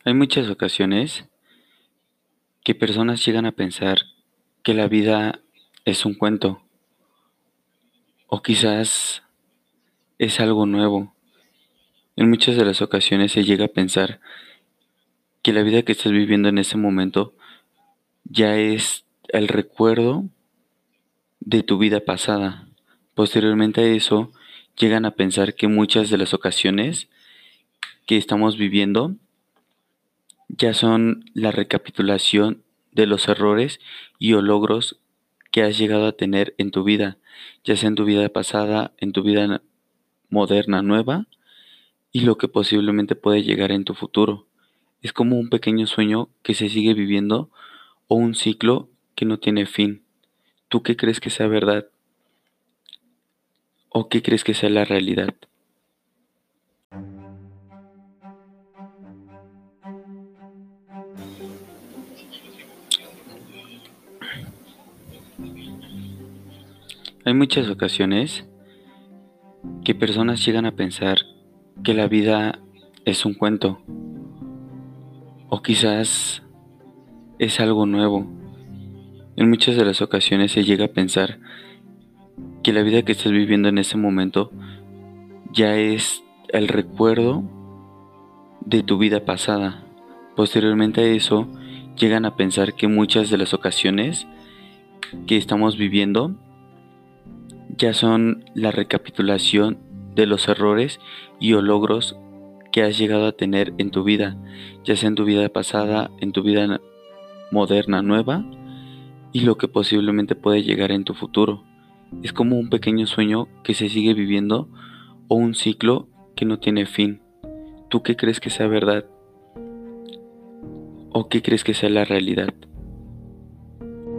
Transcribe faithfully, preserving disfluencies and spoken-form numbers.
Hay muchas ocasiones que personas llegan a pensar que la vida es un cuento o quizás es algo nuevo. En muchas de las ocasiones se llega a pensar que la vida que estás viviendo en ese momento ya es el recuerdo de tu vida pasada. Posteriormente a eso, llegan a pensar que muchas de las ocasiones que estamos viviendo ya son la recapitulación de los errores y o logros que has llegado a tener en tu vida, ya sea en tu vida pasada, en tu vida moderna nueva y lo que posiblemente puede llegar en tu futuro. Es como un pequeño sueño que se sigue viviendo o un ciclo que no tiene fin. ¿Tú qué crees que sea verdad o qué crees que sea la realidad? Hay muchas ocasiones que personas llegan a pensar que la vida es un cuento o quizás es algo nuevo. En muchas de las ocasiones se llega a pensar que la vida que estás viviendo en ese momento ya es el recuerdo de tu vida pasada. Posteriormente a eso, llegan a pensar que muchas de las ocasiones que estamos viviendo ya son la recapitulación de los errores y o logros que has llegado a tener en tu vida, ya sea en tu vida pasada, en tu vida moderna nueva y lo que posiblemente puede llegar en tu futuro. Es como un pequeño sueño que se sigue viviendo o un ciclo que no tiene fin. ¿Tú qué crees que sea verdad o qué crees que sea la realidad?